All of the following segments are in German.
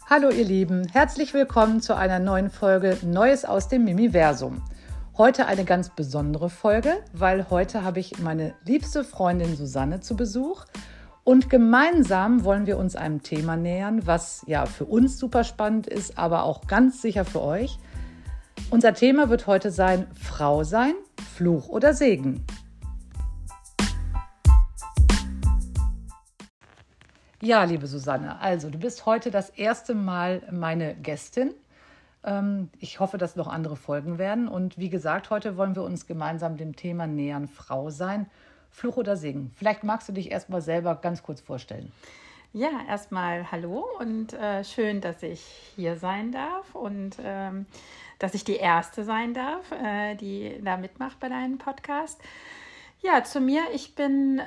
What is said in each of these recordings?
Hallo ihr Lieben, herzlich willkommen zu einer neuen Folge Neues aus dem Mimiversum. Heute eine ganz besondere Folge, weil heute habe ich meine liebste Freundin Susanne zu Besuch und gemeinsam wollen wir uns einem Thema nähern, was ja für uns super spannend ist, aber auch ganz sicher für euch. Unser Thema wird heute sein Frau sein, Fluch oder Segen. Ja, liebe Susanne, also du bist heute das erste Mal meine Gästin. Ich hoffe, dass noch andere folgen werden. Und wie gesagt, heute wollen wir uns gemeinsam dem Thema nähern, Frau sein, Fluch oder Segen. Vielleicht magst du dich erstmal selber ganz kurz vorstellen. Ja, erstmal hallo und schön, dass ich hier sein darf und dass ich die Erste sein darf, die da mitmacht bei deinem Podcast. Ja, zu mir, ich bin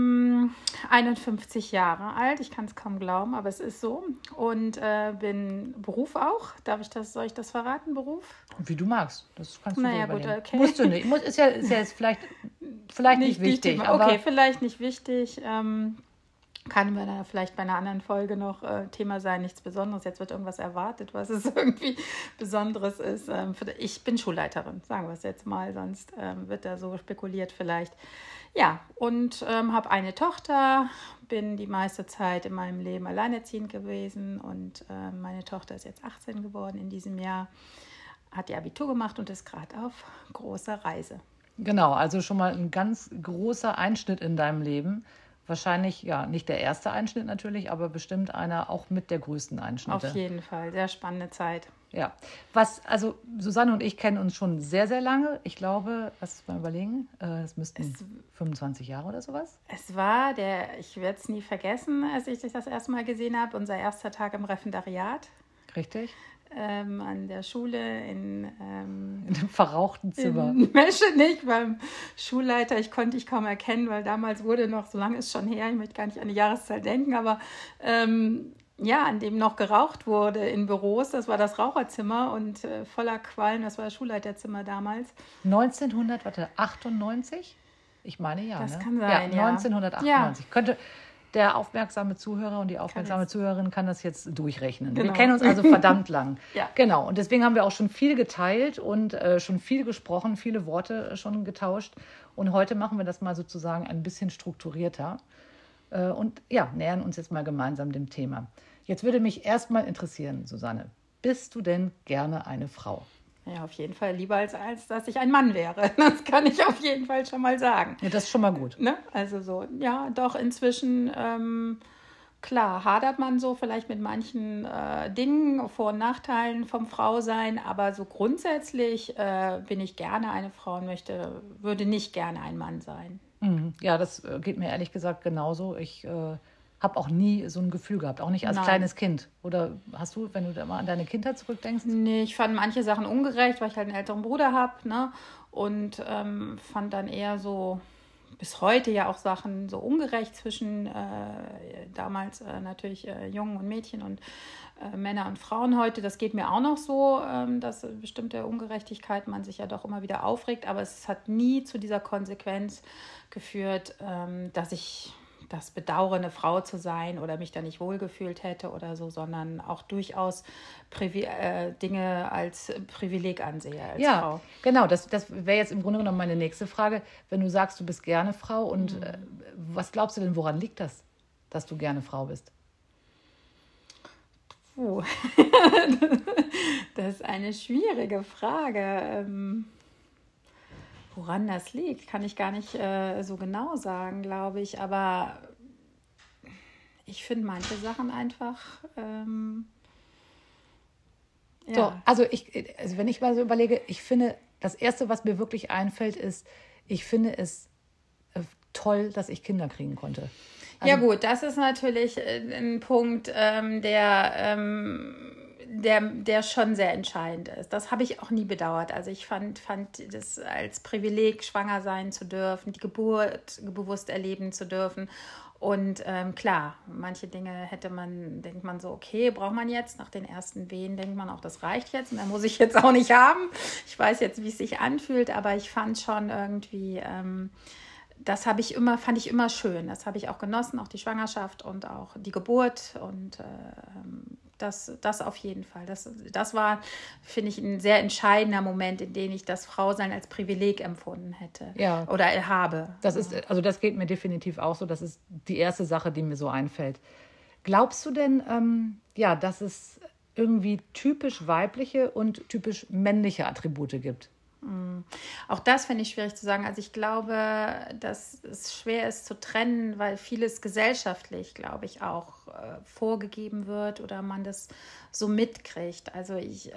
51 Jahre alt, ich kann es kaum glauben, aber es ist so und bin Beruf auch, soll ich das verraten, Beruf? Wie du magst, das kannst du dir überlegen. Gut, okay. Musst du nicht, ist ja jetzt vielleicht nicht wichtig. Aber okay, vielleicht nicht wichtig, kann mir da vielleicht bei einer anderen Folge noch Thema sein, nichts Besonderes. Jetzt wird irgendwas erwartet, was es irgendwie Besonderes ist. Ich bin Schulleiterin, sagen wir es jetzt mal, sonst wird da so spekuliert vielleicht. Ja, und habe eine Tochter, bin die meiste Zeit in meinem Leben alleinerziehend gewesen und meine Tochter ist jetzt 18 geworden in diesem Jahr, hat ihr Abitur gemacht und ist gerade auf großer Reise. Genau, also schon mal ein ganz großer Einschnitt in deinem Leben. Wahrscheinlich, ja, nicht der erste Einschnitt natürlich, aber bestimmt einer auch mit der größten Einschnitte. Auf jeden Fall, sehr spannende Zeit. Ja, also Susanne und ich kennen uns schon sehr, sehr lange. Ich glaube, lass uns mal überlegen, es müssten 25 Jahre oder sowas. Es war ich werde es nie vergessen, als ich dich das erste Mal gesehen habe, unser erster Tag im Referendariat. Richtig. An der Schule in einem verrauchten Zimmer. In Meschenich beim Schulleiter. Ich konnte dich kaum erkennen, weil damals wurde noch, so lange ist schon her, ich möchte gar nicht an die Jahreszahl denken, aber an dem noch geraucht wurde in Büros. Das war das Raucherzimmer und voller Qualm, das war das Schulleiterzimmer damals. 1998? Ich meine ja. Das ne? kann sein, ja. 1998. Ja. Könnte der aufmerksame Zuhörer und die aufmerksame Zuhörerin kann das jetzt durchrechnen. Genau. Wir kennen uns also verdammt lang. Ja. Genau. Und deswegen haben wir auch schon viel geteilt und schon viel gesprochen, viele Worte schon getauscht. Und heute machen wir das mal sozusagen ein bisschen strukturierter und ja, nähern uns jetzt mal gemeinsam dem Thema. Jetzt würde mich erstmal interessieren, Susanne, bist du denn gerne eine Frau? Ja, auf jeden Fall lieber als dass ich ein Mann wäre. Das kann ich auf jeden Fall schon mal sagen. Ja, das ist schon mal gut. Ne? Also so, ja, doch inzwischen, klar, hadert man so vielleicht mit manchen Dingen, Vor- und Nachteilen vom Frausein, aber so grundsätzlich bin ich gerne eine Frau und würde nicht gerne ein Mann sein. Ja, das geht mir ehrlich gesagt genauso. Ich habe auch nie so ein Gefühl gehabt, auch nicht als Nein. kleines Kind. Oder hast du, wenn du da mal an deine Kindheit zurückdenkst? Nee, ich fand manche Sachen ungerecht, weil ich halt einen älteren Bruder habe, ne? Und fand dann eher so, bis heute ja auch Sachen so ungerecht zwischen damals natürlich Jungen und Mädchen und Männer und Frauen heute. Das geht mir auch noch so, dass bestimmte Ungerechtigkeit man sich ja doch immer wieder aufregt, aber es hat nie zu dieser Konsequenz geführt, dass ich das bedauere, eine Frau zu sein oder mich da nicht wohlgefühlt hätte oder so, sondern auch durchaus Dinge als Privileg ansehe als Frau. Ja, genau. Das wäre jetzt im Grunde genommen meine nächste Frage. Wenn du sagst, du bist gerne Frau und was glaubst du denn, woran liegt das, dass du gerne Frau bist? Das ist eine schwierige Frage. Woran das liegt, kann ich gar nicht so genau sagen, glaube ich. Aber ich finde manche Sachen einfach. Ja. So, also wenn ich mal so überlege, ich finde, das Erste, was mir wirklich einfällt, ist, ich finde es toll, dass ich Kinder kriegen konnte. Also, ja gut, das ist natürlich ein Punkt, der schon sehr entscheidend ist. Das habe ich auch nie bedauert. Also ich fand das als Privileg, schwanger sein zu dürfen, die Geburt bewusst erleben zu dürfen. Und klar, manche Dinge denkt man so, okay, braucht man jetzt. Nach den ersten Wehen denkt man auch, das reicht jetzt. Und dann muss ich jetzt auch nicht haben. Ich weiß jetzt, wie es sich anfühlt, aber ich fand schon irgendwie, fand ich immer schön. Das habe ich auch genossen, auch die Schwangerschaft und auch die Geburt. Und Das auf jeden Fall. Das war, finde ich, ein sehr entscheidender Moment, in dem ich das Frausein als Privileg empfunden hätte oder habe. Das geht mir definitiv auch so. Das ist die erste Sache, die mir so einfällt. Glaubst du denn, dass es irgendwie typisch weibliche und typisch männliche Attribute gibt? Auch das finde ich schwierig zu sagen. Also ich glaube, dass es schwer ist zu trennen, weil vieles gesellschaftlich, glaube ich, auch vorgegeben wird oder man das so mitkriegt. Also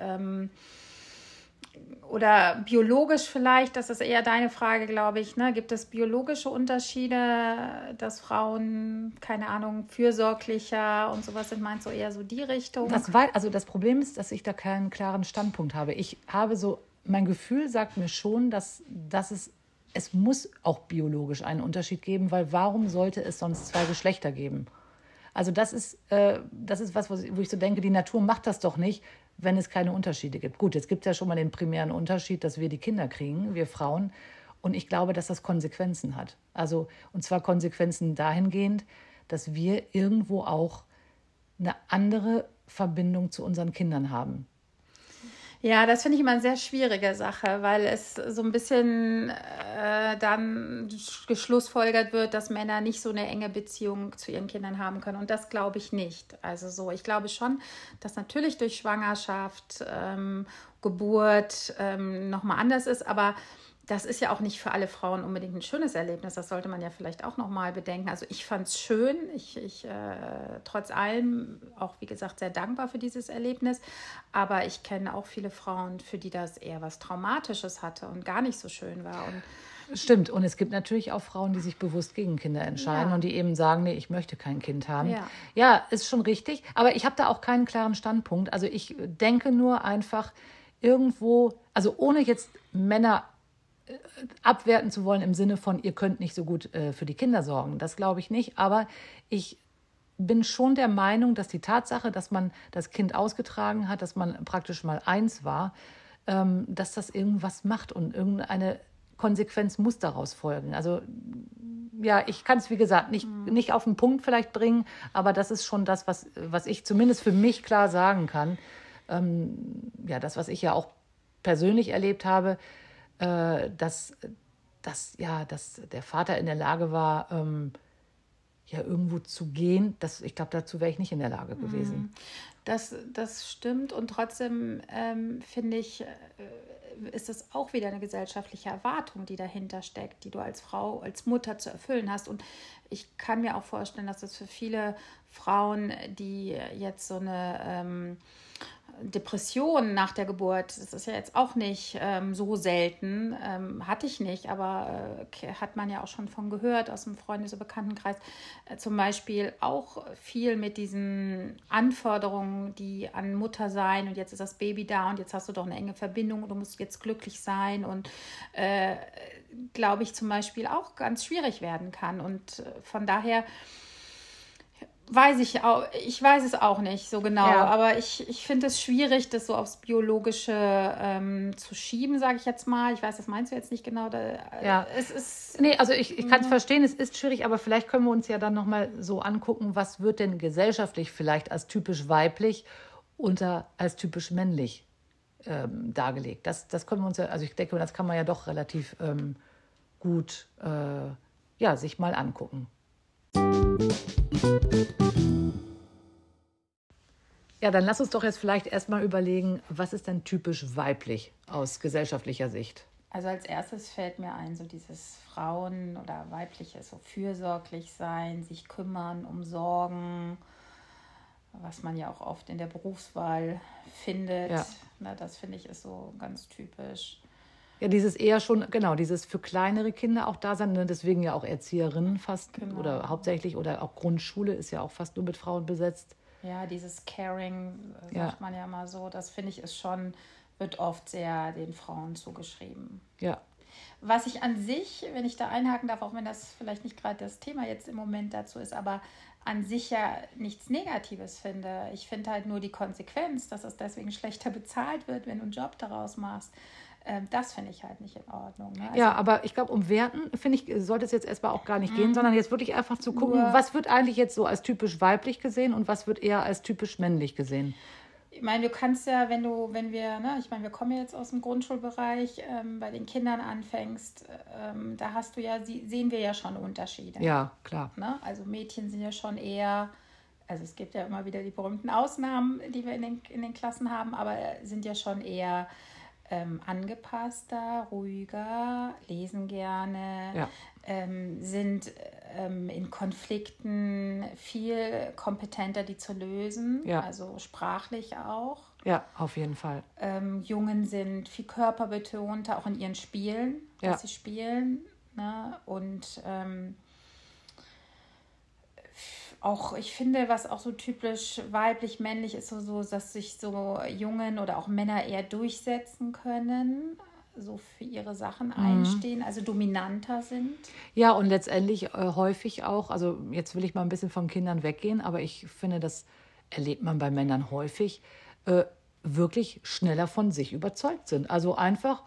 oder biologisch vielleicht, das ist eher deine Frage, glaube ich, ne? Gibt es biologische Unterschiede, dass Frauen, keine Ahnung, fürsorglicher und sowas sind? Meinst du eher so die Richtung? Das Problem ist, dass ich da keinen klaren Standpunkt habe. Mein Gefühl sagt mir schon, dass es muss auch biologisch einen Unterschied geben, weil warum sollte es sonst zwei Geschlechter geben? Also das ist was, wo ich so denke, die Natur macht das doch nicht, wenn es keine Unterschiede gibt. Gut, jetzt gibt es ja schon mal den primären Unterschied, dass wir die Kinder kriegen, wir Frauen. Und ich glaube, dass das Konsequenzen hat. Also, und zwar Konsequenzen dahingehend, dass wir irgendwo auch eine andere Verbindung zu unseren Kindern haben. Ja, das finde ich immer eine sehr schwierige Sache, weil es so ein bisschen dann geschlussfolgert wird, dass Männer nicht so eine enge Beziehung zu ihren Kindern haben können. Und das glaube ich nicht. Also ich glaube schon, dass natürlich durch Schwangerschaft, Geburt nochmal anders ist, aber das ist ja auch nicht für alle Frauen unbedingt ein schönes Erlebnis. Das sollte man ja vielleicht auch nochmal bedenken. Also ich fand es schön. Ich trotz allem auch, wie gesagt, sehr dankbar für dieses Erlebnis. Aber ich kenne auch viele Frauen, für die das eher was Traumatisches hatte und gar nicht so schön war. Stimmt. Und es gibt natürlich auch Frauen, die sich bewusst gegen Kinder entscheiden und die eben sagen, nee, ich möchte kein Kind haben. Ja, ist schon richtig. Aber ich habe da auch keinen klaren Standpunkt. Also ich denke nur einfach irgendwo, also ohne jetzt Männer abwerten zu wollen im Sinne von, ihr könnt nicht so gut für die Kinder sorgen. Das glaube ich nicht. Aber ich bin schon der Meinung, dass die Tatsache, dass man das Kind ausgetragen hat, dass man praktisch mal eins war, dass das irgendwas macht und irgendeine Konsequenz muss daraus folgen. Also ja, ich kann es, wie gesagt, nicht auf den Punkt vielleicht bringen, aber das ist schon das, was ich zumindest für mich klar sagen kann. Das, was ich ja auch persönlich erlebt habe, dass der Vater in der Lage war, irgendwo zu gehen. Ich glaube, dazu wäre ich nicht in der Lage gewesen. Das stimmt und trotzdem finde ich, ist es auch wieder eine gesellschaftliche Erwartung, die dahinter steckt, die du als Frau, als Mutter zu erfüllen hast. Und ich kann mir auch vorstellen, dass es für viele Frauen, die jetzt so eine Depression nach der Geburt, das ist ja jetzt auch nicht so selten, hatte ich nicht, aber hat man ja auch schon von gehört aus dem Freundes- und Bekanntenkreis, zum Beispiel auch viel mit diesen Anforderungen, die an Mutter sein und jetzt ist das Baby da und jetzt hast du doch eine enge Verbindung und du musst jetzt glücklich sein und glaube ich zum Beispiel auch ganz schwierig werden kann und von daher ich weiß es auch nicht so genau, aber ich finde es schwierig, das so aufs Biologische zu schieben, sage ich jetzt mal. Ich weiß, das meinst du jetzt nicht genau. Es ist ich kann es verstehen, es ist schwierig, aber vielleicht können wir uns ja dann nochmal so angucken, was wird denn gesellschaftlich vielleicht als typisch weiblich oder als typisch männlich dargelegt. Das können wir uns ja, also ich denke, das kann man ja doch relativ gut sich mal angucken. Ja, dann lass uns doch jetzt vielleicht erstmal überlegen, was ist denn typisch weiblich aus gesellschaftlicher Sicht? Also als erstes fällt mir ein, so dieses Frauen- oder weibliches, so fürsorglich sein, sich kümmern, umsorgen, was man ja auch oft in der Berufswahl findet. Ja. Das finde ich ist so ganz typisch. Ja, dieses eher schon, genau, dieses für kleinere Kinder auch da sein, deswegen ja auch Erzieherinnen fast oder hauptsächlich oder auch Grundschule ist ja auch fast nur mit Frauen besetzt. Ja, dieses Caring, sagt man ja mal so, das finde ich wird oft sehr den Frauen zugeschrieben. Ja. Was ich an sich, wenn ich da einhaken darf, auch wenn das vielleicht nicht gerade das Thema jetzt im Moment dazu ist, aber an sich ja nichts Negatives finde. Ich finde halt nur die Konsequenz, dass es deswegen schlechter bezahlt wird, wenn du einen Job daraus machst, Das finde ich halt nicht in Ordnung. Ne? Also, ja, aber ich glaube, um Werten, finde ich, sollte es jetzt erstmal auch gar nicht gehen, sondern jetzt wirklich einfach zu gucken, was wird eigentlich jetzt so als typisch weiblich gesehen und was wird eher als typisch männlich gesehen. Ich meine, du kannst ja, wenn wir, ne, ich meine, wir kommen ja jetzt aus dem Grundschulbereich, bei den Kindern anfängst, da hast du ja, sehen wir ja schon Unterschiede. Ja, klar. Ne? Also Mädchen sind ja schon eher, also es gibt ja immer wieder die berühmten Ausnahmen, die wir in den Klassen haben, aber sind ja schon eher angepasster, ruhiger, lesen gerne, sind in Konflikten viel kompetenter, die zu lösen, also sprachlich auch. Ja, auf jeden Fall. Jungen sind viel körperbetonter, auch in ihren Spielen, dass sie spielen. Ne? Und auch, ich finde, was auch so typisch weiblich-männlich ist, so, dass sich so Jungen oder auch Männer eher durchsetzen können, so für ihre Sachen einstehen, also dominanter sind. Ja, und letztendlich häufig auch, also jetzt will ich mal ein bisschen von Kindern weggehen, aber ich finde, das erlebt man bei Männern häufig, wirklich schneller von sich überzeugt sind. Also einfach,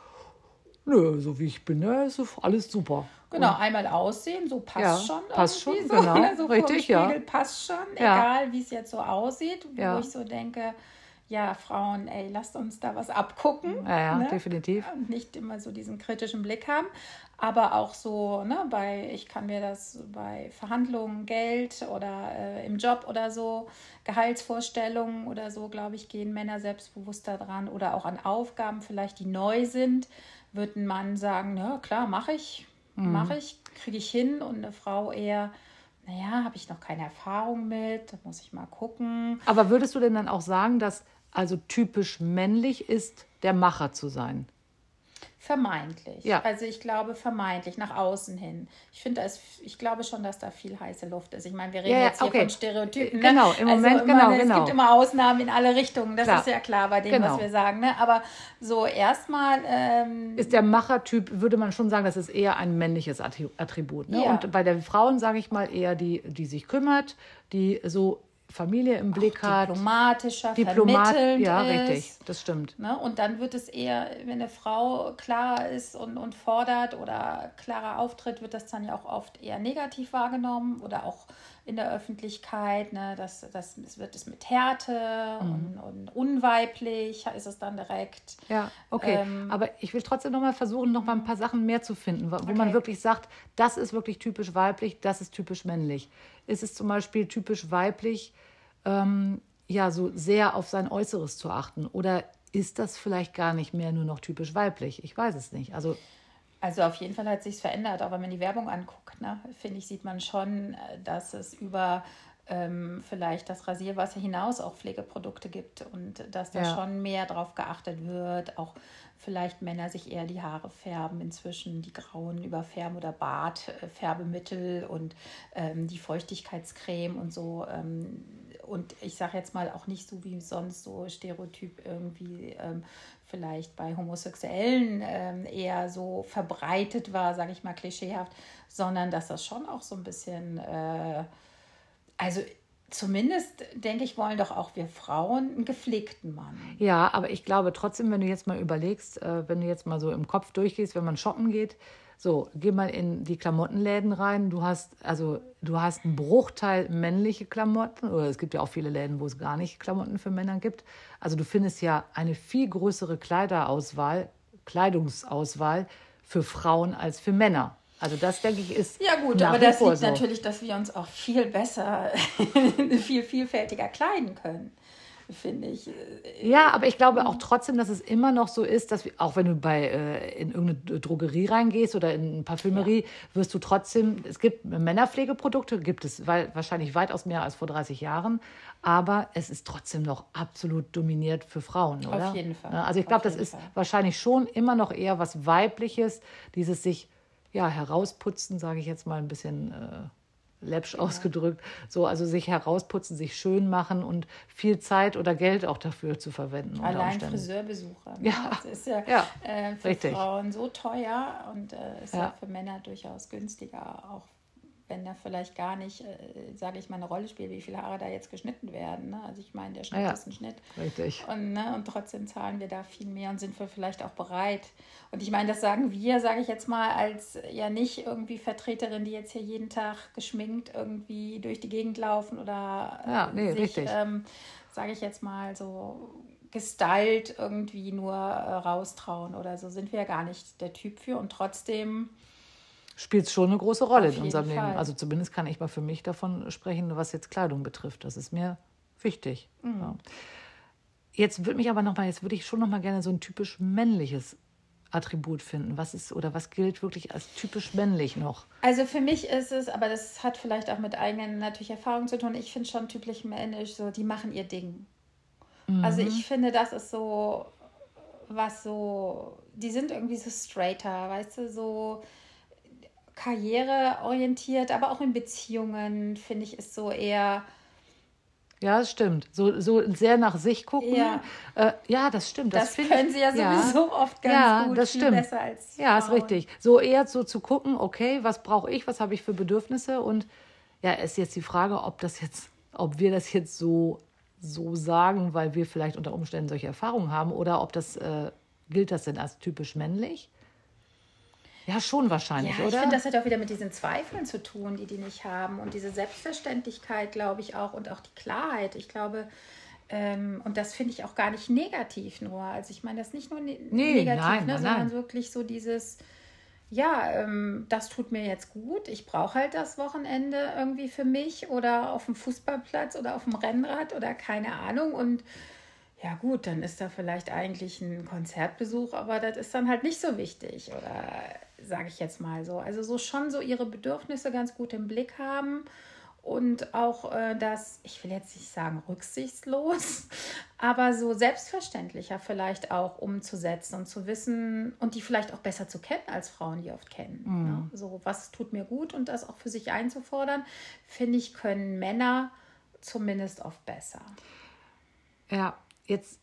nö, so wie ich bin, ist alles super. Genau, einmal aussehen, so passt schon. Passt schon, so, genau. Ne? So richtig, Spiegel passt schon, egal wie es jetzt so aussieht, wo ich so denke, ja, Frauen, ey, lasst uns da was abgucken. Ja, ne? Definitiv. Und nicht immer so diesen kritischen Blick haben. Aber auch so, ne, ich kann mir das bei Verhandlungen, Geld oder im Job oder so, Gehaltsvorstellungen oder so, glaube ich, gehen Männer selbstbewusster dran. Oder auch an Aufgaben vielleicht, die neu sind, wird ein Mann sagen, ja, klar, mache ich, kriege ich hin. Und eine Frau eher, naja, habe ich noch keine Erfahrung mit, da muss ich mal gucken. Aber würdest du denn dann auch sagen, dass also typisch männlich ist, der Macher zu sein? Vermeintlich. Ja. Also ich glaube vermeintlich, nach außen hin. Ich glaube schon, dass da viel heiße Luft ist. Ich meine, wir reden jetzt hier von Stereotypen. Ne? Genau, im Moment, Es gibt immer Ausnahmen in alle Richtungen. Das ist ja klar bei dem, was wir sagen. Ne? Aber so erstmal... ist der Machertyp, würde man schon sagen, das ist eher ein männliches Attribut. Ne? Ja. Und bei den Frauen, sage ich mal, eher die sich kümmert, die so Familie im Blick hat. Vermittelnd ja, ist. Richtig, das stimmt. Ne? Und dann wird es eher, wenn eine Frau klar ist und fordert oder klarer auftritt, wird das dann ja auch oft eher negativ wahrgenommen oder auch in der Öffentlichkeit. Ne? Das wird es mit Härte und unweiblich, ist es dann direkt. Ja, okay. Aber ich will trotzdem noch mal versuchen, noch mal ein paar Sachen mehr zu finden, wo man wirklich sagt, das ist wirklich typisch weiblich, das ist typisch männlich. Ist es zum Beispiel typisch weiblich, so sehr auf sein Äußeres zu achten? Oder ist das vielleicht gar nicht mehr nur noch typisch weiblich? Ich weiß es nicht. Also auf jeden Fall hat es sich verändert. Auch wenn man die Werbung anguckt, ne, finde ich, sieht man schon, dass es über vielleicht das Rasierwasser hinaus auch Pflegeprodukte gibt und dass da schon mehr drauf geachtet wird. Auch vielleicht Männer sich eher die Haare färben, inzwischen die grauen überfärben oder Bartfärbemittel und die Feuchtigkeitscreme und so. Und ich sage jetzt mal auch nicht so wie sonst so Stereotyp irgendwie vielleicht bei Homosexuellen eher so verbreitet war, sage ich mal klischeehaft, sondern dass das schon auch so ein bisschen, also zumindest, denke ich, wollen doch auch wir Frauen einen gepflegten Mann. Ja, aber ich glaube trotzdem, wenn du jetzt mal überlegst, wenn du jetzt mal so im Kopf durchgehst, wenn man shoppen geht, so, geh mal in die Klamottenläden rein. Du hast einen Bruchteil männliche Klamotten. Oder es gibt ja auch viele Läden, wo es gar nicht Klamotten für Männer gibt. Also du findest ja eine viel größere Kleidungsauswahl für Frauen als für Männer. Also das, denke ich, ist ja gut, aber das liegt natürlich, dass wir uns auch viel besser, viel vielfältiger kleiden können, finde ich. Ja, aber ich glaube auch trotzdem, dass es immer noch so ist, dass auch wenn du in irgendeine Drogerie reingehst oder in eine Parfümerie, wirst du trotzdem, es gibt Männerpflegeprodukte, gibt es wahrscheinlich weitaus mehr als vor 30 Jahren, aber es ist trotzdem noch absolut dominiert für Frauen, oder? Auf jeden Fall. Also ich glaube, das ist wahrscheinlich schon immer noch eher was Weibliches, dieses sich herausputzen, sage ich jetzt mal ein bisschen läppsch ausgedrückt, so, also sich herausputzen, sich schön machen und viel Zeit oder Geld auch dafür zu verwenden. Allein Friseurbesuche. Ja. Das ist ja, für richtig. Frauen so teuer und ist ja für Männer durchaus günstiger, auch wenn da vielleicht gar nicht, sage ich mal, eine Rolle spielt, wie viele Haare da jetzt geschnitten werden. Ne? Also ich meine, der Schnitt ist ein Schnitt. Richtig. Und trotzdem zahlen wir da viel mehr und sind wir vielleicht auch bereit. Und ich meine, das sagen wir, sage ich jetzt mal, als ja nicht irgendwie Vertreterin, die jetzt hier jeden Tag geschminkt irgendwie durch die Gegend laufen oder sich, sage ich jetzt mal, so gestylt irgendwie nur raustrauen oder so. Sind wir ja gar nicht der Typ für und trotzdem spielt es schon eine große Rolle in unserem Leben. Also zumindest kann ich mal für mich davon sprechen, was jetzt Kleidung betrifft. Das ist mir wichtig. Mhm. Ja. Jetzt würde ich schon noch mal gerne so ein typisch männliches Attribut finden. Was gilt wirklich als typisch männlich noch? Also für mich ist es, aber das hat vielleicht auch mit eigenen natürlich Erfahrungen zu tun, ich finde schon typisch männlich, so die machen ihr Ding. Mhm. Also ich finde, das ist so, die sind irgendwie so straighter, weißt du, so karriereorientiert, aber auch in Beziehungen, finde ich, ist so eher... Ja, das stimmt. So sehr nach sich gucken. Ja, das stimmt. Das können sie ja sowieso oft ganz gut. Das stimmt. Besser als Frauen. Ja, ist richtig. So eher so zu gucken, okay, was brauche ich, was habe ich für Bedürfnisse? Und ja, ist jetzt die Frage, ob wir das jetzt so sagen, weil wir vielleicht unter Umständen solche Erfahrungen haben, oder ob gilt das denn als typisch männlich? Ja, schon wahrscheinlich, oder? Ich finde, das hat auch wieder mit diesen Zweifeln zu tun, die nicht haben. Und diese Selbstverständlichkeit, glaube ich auch. Und auch die Klarheit. Ich glaube, und das finde ich auch gar nicht negativ nur. Also ich meine das nicht nur negativ, sondern wirklich so dieses, das tut mir jetzt gut. Ich brauche halt das Wochenende irgendwie für mich oder auf dem Fußballplatz oder auf dem Rennrad oder keine Ahnung. Und ja gut, dann ist da vielleicht eigentlich ein Konzertbesuch, aber das ist dann halt nicht so wichtig oder sage ich jetzt mal so. Also so schon so ihre Bedürfnisse ganz gut im Blick haben und auch das, ich will jetzt nicht sagen rücksichtslos, aber so selbstverständlicher vielleicht auch umzusetzen und zu wissen und die vielleicht auch besser zu kennen als Frauen, die oft kennen. Mhm. Ne? So, was tut mir gut und das auch für sich einzufordern, finde ich, können Männer zumindest oft besser. Ja. Jetzt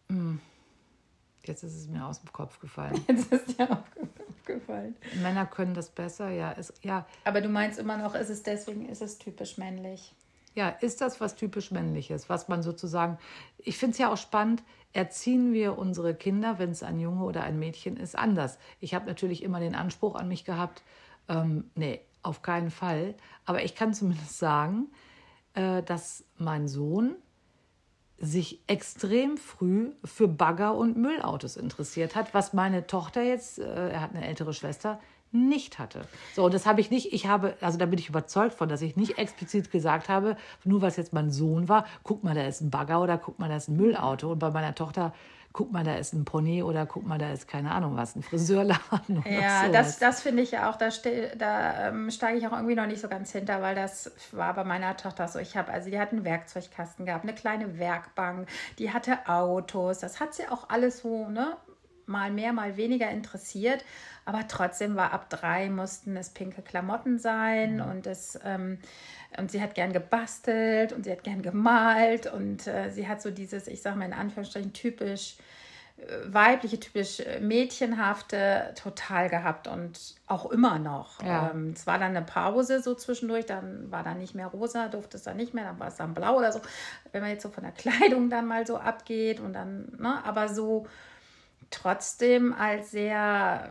ist es mir aus dem Kopf gefallen. Jetzt ist dir aufgefallen. Männer können das besser, ja. Aber du meinst immer noch, ist es typisch männlich? Ja, ist das was typisch Männliches, was man sozusagen... Ich finde es ja auch spannend, erziehen wir unsere Kinder, wenn es ein Junge oder ein Mädchen ist, anders. Ich habe natürlich immer den Anspruch an mich gehabt, nee, auf keinen Fall. Aber ich kann zumindest sagen, dass mein Sohn sich extrem früh für Bagger und Müllautos interessiert hat, was meine Tochter jetzt, er hat eine ältere Schwester, nicht hatte. So, und das habe ich nicht, da bin ich überzeugt von, dass ich nicht explizit gesagt habe, nur was jetzt mein Sohn war, guck mal, da ist ein Bagger oder guck mal, da ist ein Müllauto. Und bei meiner Tochter, guck mal, da ist ein Pony oder guck mal, da ist keine Ahnung was, ein Friseurladen. Ja, das finde ich ja auch, da steige ich auch irgendwie noch nicht so ganz hinter, weil das war bei meiner Tochter so. Die hat einen Werkzeugkasten gehabt, eine kleine Werkbank, die hatte Autos, das hat sie auch alles so, ne? Mal mehr, mal weniger interessiert, aber trotzdem war ab 3 mussten es pinke Klamotten sein und sie hat gern gebastelt und sie hat gern gemalt und sie hat so dieses, ich sage mal in Anführungsstrichen, typisch weibliche, typisch mädchenhafte total gehabt und auch immer noch. Ja. Es war dann eine Pause so zwischendurch, dann war dann nicht mehr rosa, durfte es dann nicht mehr, dann war es dann blau oder so. Wenn man jetzt so von der Kleidung dann mal so abgeht und dann, ne, aber so trotzdem als sehr,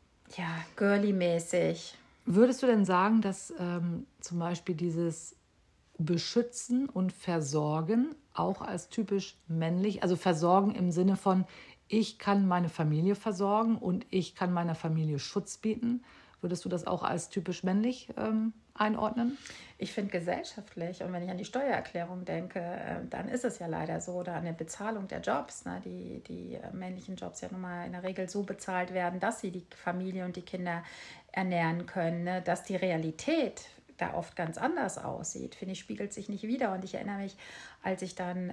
girly-mäßig. Würdest du denn sagen, dass zum Beispiel dieses Beschützen und Versorgen auch als typisch männlich, also Versorgen im Sinne von, ich kann meine Familie versorgen und ich kann meiner Familie Schutz bieten, würdest du das auch als typisch männlich einordnen? Ich finde gesellschaftlich, und wenn ich an die Steuererklärung denke, dann ist es ja leider so, oder an der Bezahlung der Jobs, ne, die männlichen Jobs ja nun mal in der Regel so bezahlt werden, dass sie die Familie und die Kinder ernähren können, ne, dass die Realität da oft ganz anders aussieht, finde ich, spiegelt sich nicht wider. Und ich erinnere mich, als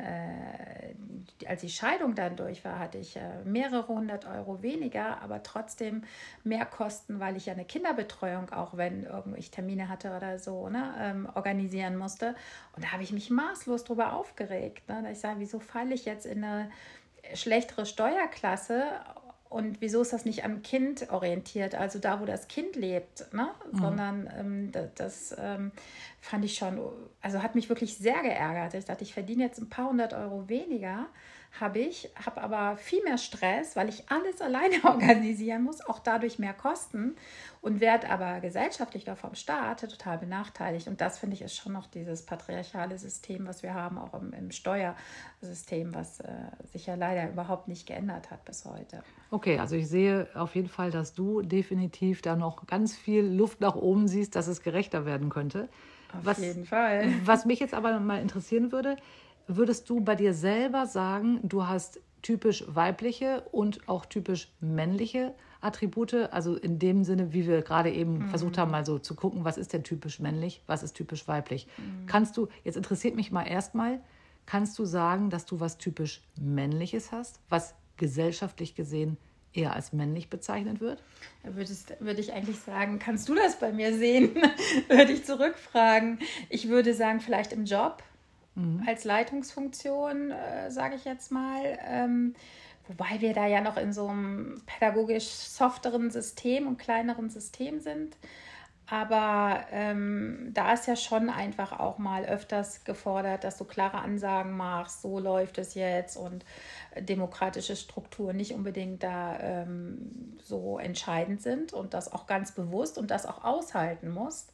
die Scheidung dann durch war, hatte ich mehrere 100 Euro weniger, aber trotzdem mehr Kosten, weil ich ja eine Kinderbetreuung, auch wenn ich Termine hatte oder so, ne, organisieren musste. Und da habe ich mich maßlos drüber aufgeregt. Ne? Da ich sage, wieso falle ich jetzt in eine schlechtere Steuerklasse, Und wieso ist das nicht am Kind orientiert, also da, wo das Kind lebt, ne? Sondern das fand ich schon, also hat mich wirklich sehr geärgert. Ich dachte, ich verdiene jetzt ein paar 100 € weniger, habe aber viel mehr Stress, weil ich alles alleine organisieren muss, auch dadurch mehr Kosten und werde aber gesellschaftlich oder vom Staat total benachteiligt. Und das, finde ich, ist schon noch dieses patriarchale System, was wir haben, auch im Steuersystem, was sich ja leider überhaupt nicht geändert hat bis heute. Okay, also ich sehe auf jeden Fall, dass du definitiv da noch ganz viel Luft nach oben siehst, dass es gerechter werden könnte. Auf jeden Fall. Was mich jetzt aber mal interessieren würde, würdest du bei dir selber sagen, du hast typisch weibliche und auch typisch männliche Attribute? Also in dem Sinne, wie wir gerade eben versucht haben, mal so zu gucken, was ist denn typisch männlich, was ist typisch weiblich? Jetzt interessiert mich mal erstmal, kannst du sagen, dass du was typisch Männliches hast, was gesellschaftlich gesehen eher als männlich bezeichnet wird? Würde ich eigentlich sagen, kannst du das bei mir sehen? Würde ich zurückfragen. Ich würde sagen, vielleicht im Job, als Leitungsfunktion, sage ich jetzt mal. Wobei wir da ja noch in so einem pädagogisch softeren System und kleineren System sind. Aber da ist ja schon einfach auch mal öfters gefordert, dass du klare Ansagen machst, so läuft es jetzt und demokratische Strukturen nicht unbedingt da so entscheidend sind und das auch ganz bewusst und das auch aushalten musst.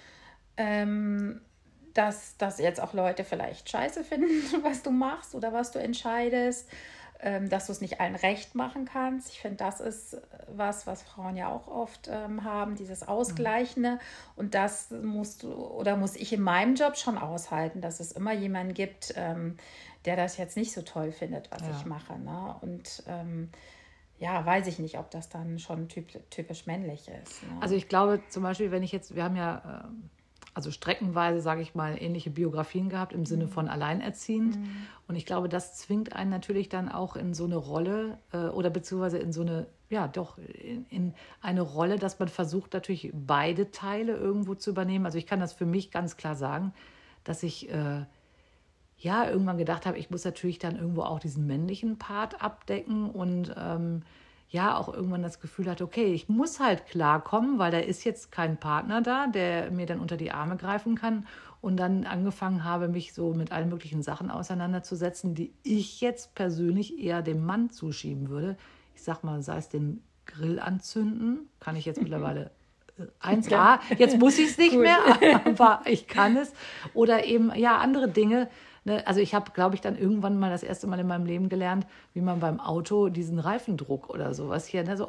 Dass jetzt auch Leute vielleicht scheiße finden, was du machst oder was du entscheidest, dass du es nicht allen recht machen kannst. Ich finde, das ist was Frauen ja auch oft haben, dieses Ausgleichende. Und das muss ich in meinem Job schon aushalten, dass es immer jemanden gibt, der das jetzt nicht so toll findet, was ich mache. Ne? Und weiß ich nicht, ob das dann schon typisch männlich ist. Ne? Also ich glaube zum Beispiel, wir haben ja also streckenweise, sage ich mal, ähnliche Biografien gehabt im Sinne von alleinerziehend. Und ich glaube, das zwingt einen natürlich dann auch in so eine Rolle oder beziehungsweise in so eine, in eine Rolle, dass man versucht natürlich beide Teile irgendwo zu übernehmen. Also ich kann das für mich ganz klar sagen, dass ich irgendwann gedacht habe, ich muss natürlich dann irgendwo auch diesen männlichen Part abdecken und auch irgendwann das Gefühl hatte, okay, ich muss halt klarkommen, weil da ist jetzt kein Partner da, der mir dann unter die Arme greifen kann. Und dann angefangen habe, mich so mit allen möglichen Sachen auseinanderzusetzen, die ich jetzt persönlich eher dem Mann zuschieben würde. Ich sag mal, sei es den Grill anzünden, kann ich jetzt mittlerweile 1A, jetzt muss ich es nicht mehr, aber ich kann es. Oder eben, andere Dinge. Also ich habe, glaube ich, dann irgendwann mal das erste Mal in meinem Leben gelernt, wie man beim Auto diesen Reifendruck oder sowas hier. Also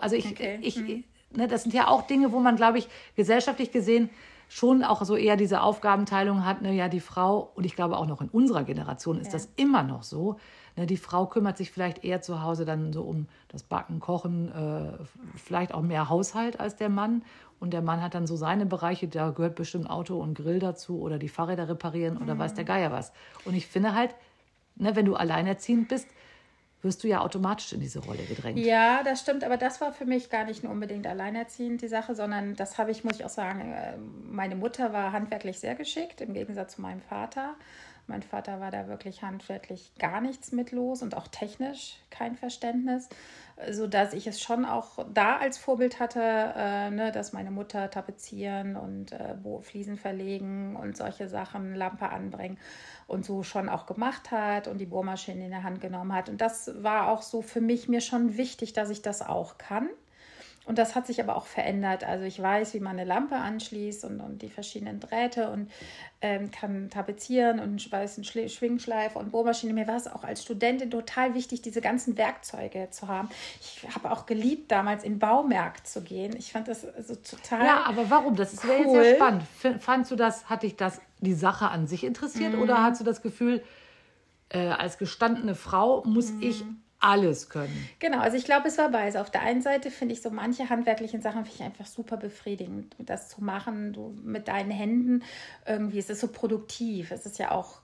das sind ja auch Dinge, wo man, glaube ich, gesellschaftlich gesehen schon auch so eher diese Aufgabenteilung hat. Die Frau, und ich glaube auch noch in unserer Generation ist das immer noch so, die Frau kümmert sich vielleicht eher zu Hause dann so um das Backen, Kochen, vielleicht auch mehr Haushalt als der Mann. Und der Mann hat dann so seine Bereiche, da gehört bestimmt Auto und Grill dazu oder die Fahrräder reparieren oder weiß der Geier was. Und ich finde halt, wenn du alleinerziehend bist, wirst du ja automatisch in diese Rolle gedrängt. Ja, das stimmt, aber das war für mich gar nicht nur unbedingt alleinerziehend die Sache, sondern das muss ich auch sagen, meine Mutter war handwerklich sehr geschickt, im Gegensatz zu meinem Vater. Mein Vater war da wirklich handwerklich gar nichts mit los und auch technisch kein Verständnis, sodass ich es schon auch da als Vorbild hatte, dass meine Mutter tapezieren und Fliesen verlegen und solche Sachen, Lampe anbringen und so schon auch gemacht hat und die Bohrmaschine in der Hand genommen hat. Und das war auch so für mir schon wichtig, dass ich das auch kann. Und das hat sich aber auch verändert. Also ich weiß, wie man eine Lampe anschließt und die verschiedenen Drähte und kann tapezieren und weiß einen Schwingschleif und Bohrmaschine. Mir war es auch als Studentin total wichtig, diese ganzen Werkzeuge zu haben. Ich habe auch geliebt, damals in Baumärkte zu gehen. Ich fand das so total Ja, aber warum? Das wäre jetzt ja spannend. Fandst du das, hat dich das die Sache an sich interessiert oder hast du das Gefühl, als gestandene Frau muss ich alles können? Genau, also ich glaube, es war beides. Auf der einen Seite finde ich so manche handwerklichen Sachen finde ich einfach super befriedigend, das zu machen, du mit deinen Händen irgendwie, es ist so produktiv. Es ist ja auch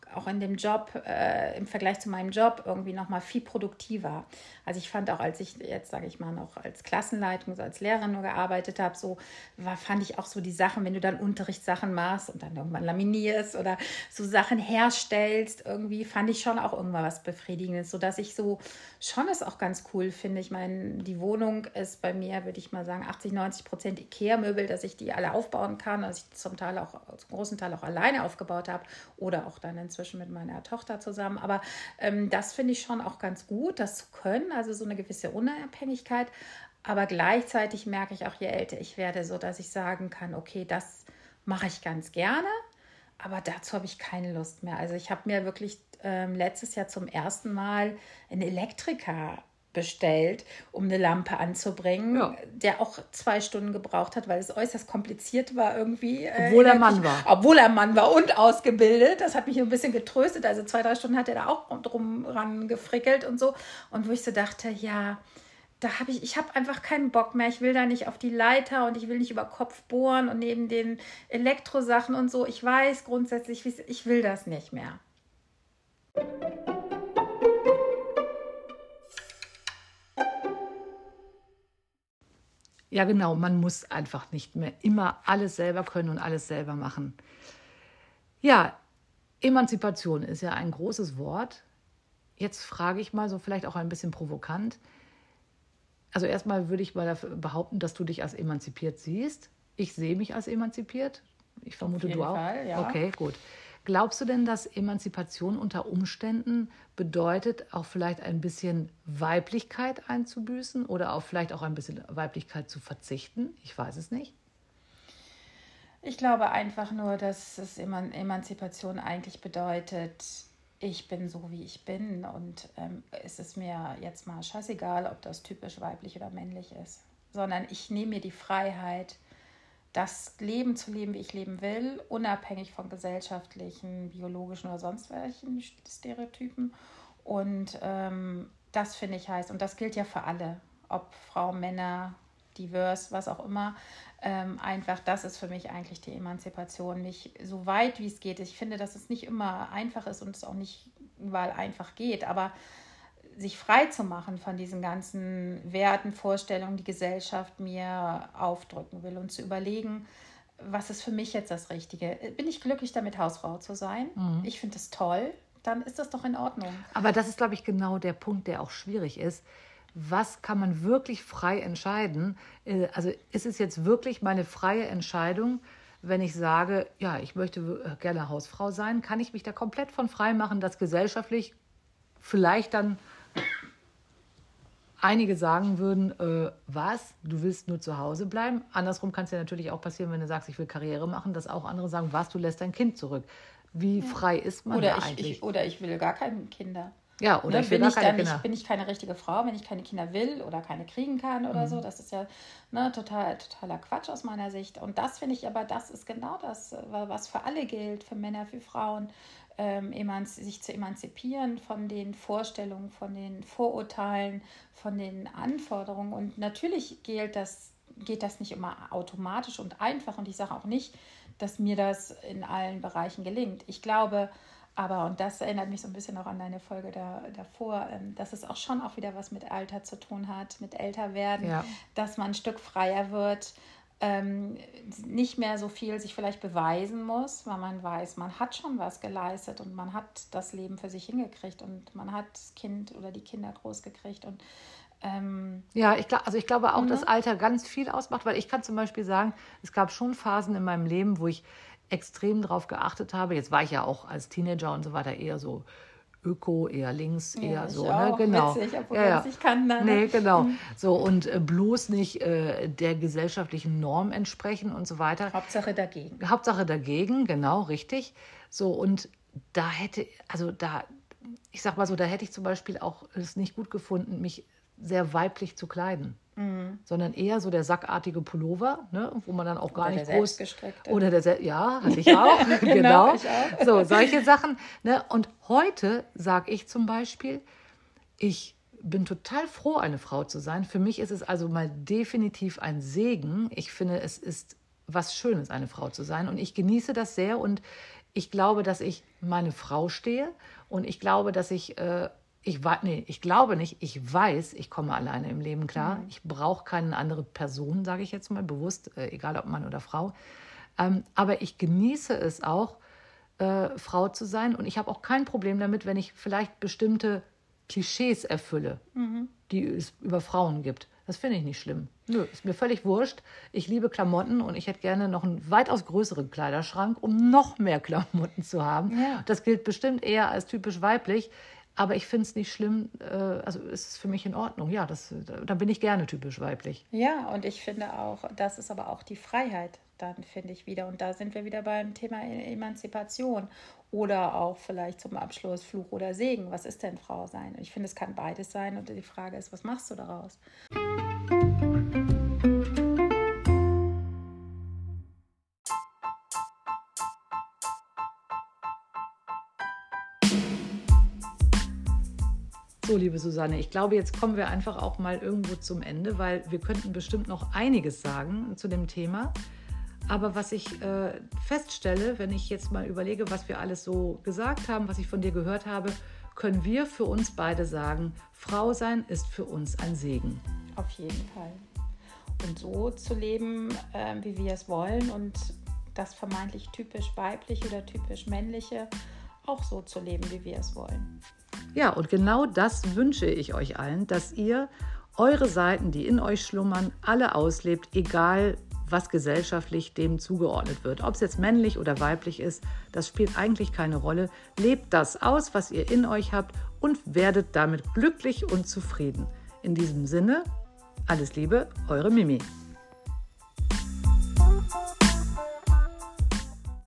auch in dem Job, im Vergleich zu meinem Job, irgendwie nochmal viel produktiver. Also ich fand auch, als ich jetzt, sage ich mal, noch als Klassenleitung, so als Lehrerin nur gearbeitet habe, fand ich auch so die Sachen, wenn du dann Unterrichtssachen machst und dann irgendwann laminierst oder so Sachen herstellst, irgendwie fand ich schon auch irgendwann was Befriedigendes, sodass ich so schon es auch ganz cool finde. Ich meine, die Wohnung ist bei mir, würde ich mal sagen, 80-90% Ikea-Möbel, dass ich die alle aufbauen kann, dass ich zum großen Teil auch alleine aufgebaut habe oder auch dann inzwischen mit meiner Tochter zusammen. Aber das finde ich schon auch ganz gut, das zu können, also so eine gewisse Unabhängigkeit. Aber gleichzeitig merke ich auch, je älter ich werde, so dass ich sagen kann, okay, das mache ich ganz gerne, aber dazu habe ich keine Lust mehr. Also ich habe mir wirklich letztes Jahr zum ersten Mal einen Elektriker bestellt, um eine Lampe anzubringen, der auch 2 Stunden gebraucht hat, weil es äußerst kompliziert war irgendwie. Obwohl er Mann war. Obwohl er Mann war und ausgebildet. Das hat mich ein bisschen getröstet. Also 2-3 Stunden hat er da auch drum ran gefrickelt und so. Und wo ich so dachte, ja, ich habe einfach keinen Bock mehr. Ich will da nicht auf die Leiter und ich will nicht über Kopf bohren und neben den Elektrosachen und so. Ich weiß grundsätzlich, ich will das nicht mehr. Ja, genau, man muss einfach nicht mehr immer alles selber können und alles selber machen. Ja, Emanzipation ist ja ein großes Wort. Jetzt frage ich mal, so vielleicht auch ein bisschen provokant. Also erstmal würde ich mal behaupten, dass du dich als emanzipiert siehst. Ich sehe mich als emanzipiert. Ich vermute, du auch. Auf jeden Fall, ja. Okay, gut. Glaubst du denn, dass Emanzipation unter Umständen bedeutet, auch vielleicht ein bisschen Weiblichkeit einzubüßen oder auch vielleicht auch ein bisschen Weiblichkeit zu verzichten? Ich weiß es nicht. Ich glaube einfach nur, dass es Emanzipation eigentlich bedeutet, ich bin so, wie ich bin und es ist mir jetzt mal scheißegal, ob das typisch weiblich oder männlich ist, sondern ich nehme mir die Freiheit, das Leben zu leben, wie ich leben will, unabhängig von gesellschaftlichen, biologischen oder sonst welchen Stereotypen. Und das finde ich heißt, und das gilt ja für alle, ob Frauen, Männer, divers, was auch immer. Einfach, das ist für mich eigentlich die Emanzipation, mich so weit wie es geht. Ich finde, dass es nicht immer einfach ist und es auch nicht überall einfach geht, aber sich frei zu machen von diesen ganzen Werten, Vorstellungen, die Gesellschaft mir aufdrücken will und zu überlegen, was ist für mich jetzt das Richtige? Bin ich glücklich damit, Hausfrau zu sein? Ich finde das toll, dann ist das doch in Ordnung. Aber das ist, glaube ich, genau der Punkt, der auch schwierig ist. Was kann man wirklich frei entscheiden? Also ist es jetzt wirklich meine freie Entscheidung, wenn ich sage, ja, ich möchte gerne Hausfrau sein? Kann ich mich da komplett von frei machen, dass gesellschaftlich vielleicht dann einige sagen würden, was, du willst nur zu Hause bleiben? Andersrum kann es ja natürlich auch passieren, wenn du sagst, ich will Karriere machen, dass auch andere sagen, was, du lässt dein Kind zurück. Wie frei ist man da eigentlich? Oder ich will gar keine Kinder. Ja, oder ich will gar keine Kinder. Bin ich keine richtige Frau, wenn ich keine Kinder will oder keine kriegen kann oder so. Das ist ja totaler Quatsch aus meiner Sicht. Und das finde ich aber, das ist genau das, was für alle gilt, für Männer, für Frauen, sich zu emanzipieren von den Vorstellungen, von den Vorurteilen, von den Anforderungen. Und natürlich geht das nicht immer automatisch und einfach. Und ich sage auch nicht, dass mir das in allen Bereichen gelingt. Ich glaube aber, und das erinnert mich so ein bisschen auch an deine Folge davor, dass es auch schon auch wieder was mit Alter zu tun hat, mit Älterwerden, dass man ein Stück freier wird, nicht mehr so viel sich vielleicht beweisen muss, weil man weiß, man hat schon was geleistet und man hat das Leben für sich hingekriegt und man hat das Kind oder die Kinder groß gekriegt. Und ich glaube auch, dass Alter ganz viel ausmacht, weil ich kann zum Beispiel sagen, es gab schon Phasen in meinem Leben, wo ich extrem drauf geachtet habe. Jetzt war ich ja auch als Teenager und so weiter eher so Öko, eher links, eher so. Auch, ne? Genau. Witzig, obwohl man das nicht kann. Dann, Nee, genau. So, und bloß nicht der gesellschaftlichen Norm entsprechen und so weiter. Hauptsache dagegen. Hauptsache dagegen, genau, richtig. So, und da hätte ich zum Beispiel auch es nicht gut gefunden, mich sehr weiblich zu kleiden. Sondern eher so der sackartige Pullover, ne, wo man dann auch gar nicht groß... Oder hatte ich auch, genau. Ich auch. So, solche Sachen. Ne? Und heute sage ich zum Beispiel, ich bin total froh, eine Frau zu sein. Für mich ist es also mal definitiv ein Segen. Ich finde, es ist was Schönes, eine Frau zu sein. Und ich genieße das sehr und Ich glaube, dass ich meine Frau stehe und ich glaube, dass ich glaube nicht, ich weiß, ich komme alleine im Leben klar. Ich brauche keine andere Person, sage ich jetzt mal bewusst, egal ob Mann oder Frau. Aber ich genieße es auch, Frau zu sein. Und ich habe auch kein Problem damit, wenn ich vielleicht bestimmte Klischees erfülle, die es über Frauen gibt. Das finde ich nicht schlimm. Nö, ist mir völlig wurscht. Ich liebe Klamotten und ich hätte gerne noch einen weitaus größeren Kleiderschrank, um noch mehr Klamotten zu haben. Ja. Das gilt bestimmt eher als typisch weiblich. Aber ich finde es nicht schlimm, also ist es für mich in Ordnung. Ja, da bin ich gerne typisch weiblich. Ja, und ich finde auch, das ist aber auch die Freiheit, dann finde ich wieder. Und da sind wir wieder beim Thema Emanzipation. Oder auch vielleicht zum Abschluss Fluch oder Segen. Was ist denn Frau sein? Ich finde, es kann beides sein. Und die Frage ist, was machst du daraus? So, liebe Susanne, ich glaube, jetzt kommen wir einfach auch mal irgendwo zum Ende, weil wir könnten bestimmt noch einiges sagen zu dem Thema. Aber was ich feststelle, wenn ich jetzt mal überlege, was wir alles so gesagt haben, was ich von dir gehört habe, können wir für uns beide sagen, Frau sein ist für uns ein Segen. Auf jeden Fall. Und so zu leben, wie wir es wollen und das vermeintlich typisch weibliche oder typisch männliche auch so zu leben, wie wir es wollen. Ja, und genau das wünsche ich euch allen, dass ihr eure Seiten, die in euch schlummern, alle auslebt, egal was gesellschaftlich dem zugeordnet wird. Ob es jetzt männlich oder weiblich ist, das spielt eigentlich keine Rolle. Lebt das aus, was ihr in euch habt und werdet damit glücklich und zufrieden. In diesem Sinne, alles Liebe, eure Mimi.